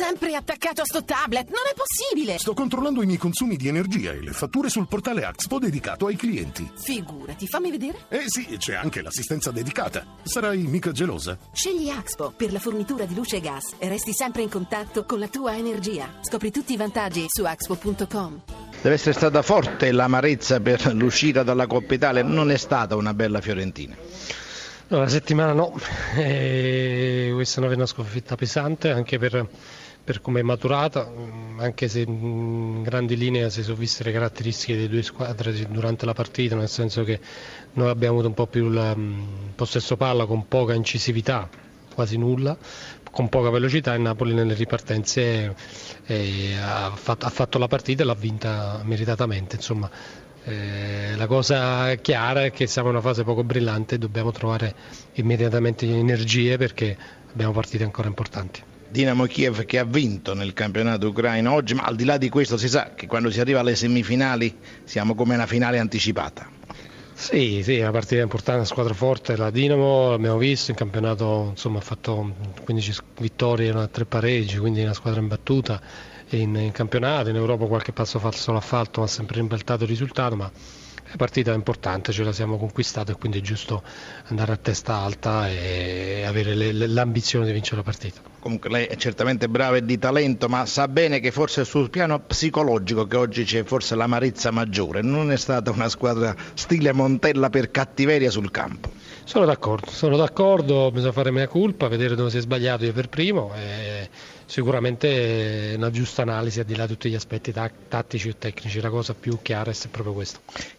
sempre attaccato a sto tablet, non è possibile! Sto controllando i miei consumi di energia e le fatture sul portale Axpo dedicato ai clienti. Figurati, fammi vedere. Sì, c'è anche l'assistenza dedicata. Sarai mica gelosa? Scegli Axpo per la fornitura di luce e gas e resti sempre in contatto con la tua energia. Scopri tutti i vantaggi su axpo.com. Deve essere stata forte l'amarezza per l'uscita dalla Coppa Italia, non è stata una bella Fiorentina. No, la settimana no, questa è una sconfitta pesante anche per come è maturata, anche se in grandi linee si sono viste le caratteristiche delle due squadre durante la partita, nel senso che noi abbiamo avuto un po' più il possesso palla con poca incisività, quasi nulla, con poca velocità, e Napoli nelle ripartenze ha fatto la partita e l'ha vinta meritatamente, insomma. La cosa chiara è che siamo in una fase poco brillante e dobbiamo trovare immediatamente energie perché abbiamo partite ancora importanti. Dinamo Kiev che ha vinto nel campionato ucraino oggi, ma al di là di questo si sa che quando si arriva alle semifinali siamo come una finale anticipata. Sì, è una partita importante, una squadra forte, la Dinamo l'abbiamo visto in campionato, insomma ha fatto 15 vittorie e 3 pareggi, quindi è una squadra imbattuta in campionato, in Europa qualche passo falso l'ha fatto, ma ha sempre ribaltato il risultato, ma è partita importante, ce la siamo conquistata e quindi è giusto andare a testa alta e avere l'ambizione di vincere la partita. Comunque lei è certamente brava e di talento, ma sa bene che forse sul piano psicologico che oggi c'è forse l'amarezza maggiore, non è stata una squadra stile Montella per cattiveria sul campo. Sono d'accordo, bisogna fare mea culpa, vedere dove si è sbagliato io per primo e sicuramente una giusta analisi al di là di tutti gli aspetti tattici o tecnici, la cosa più chiara è proprio questo.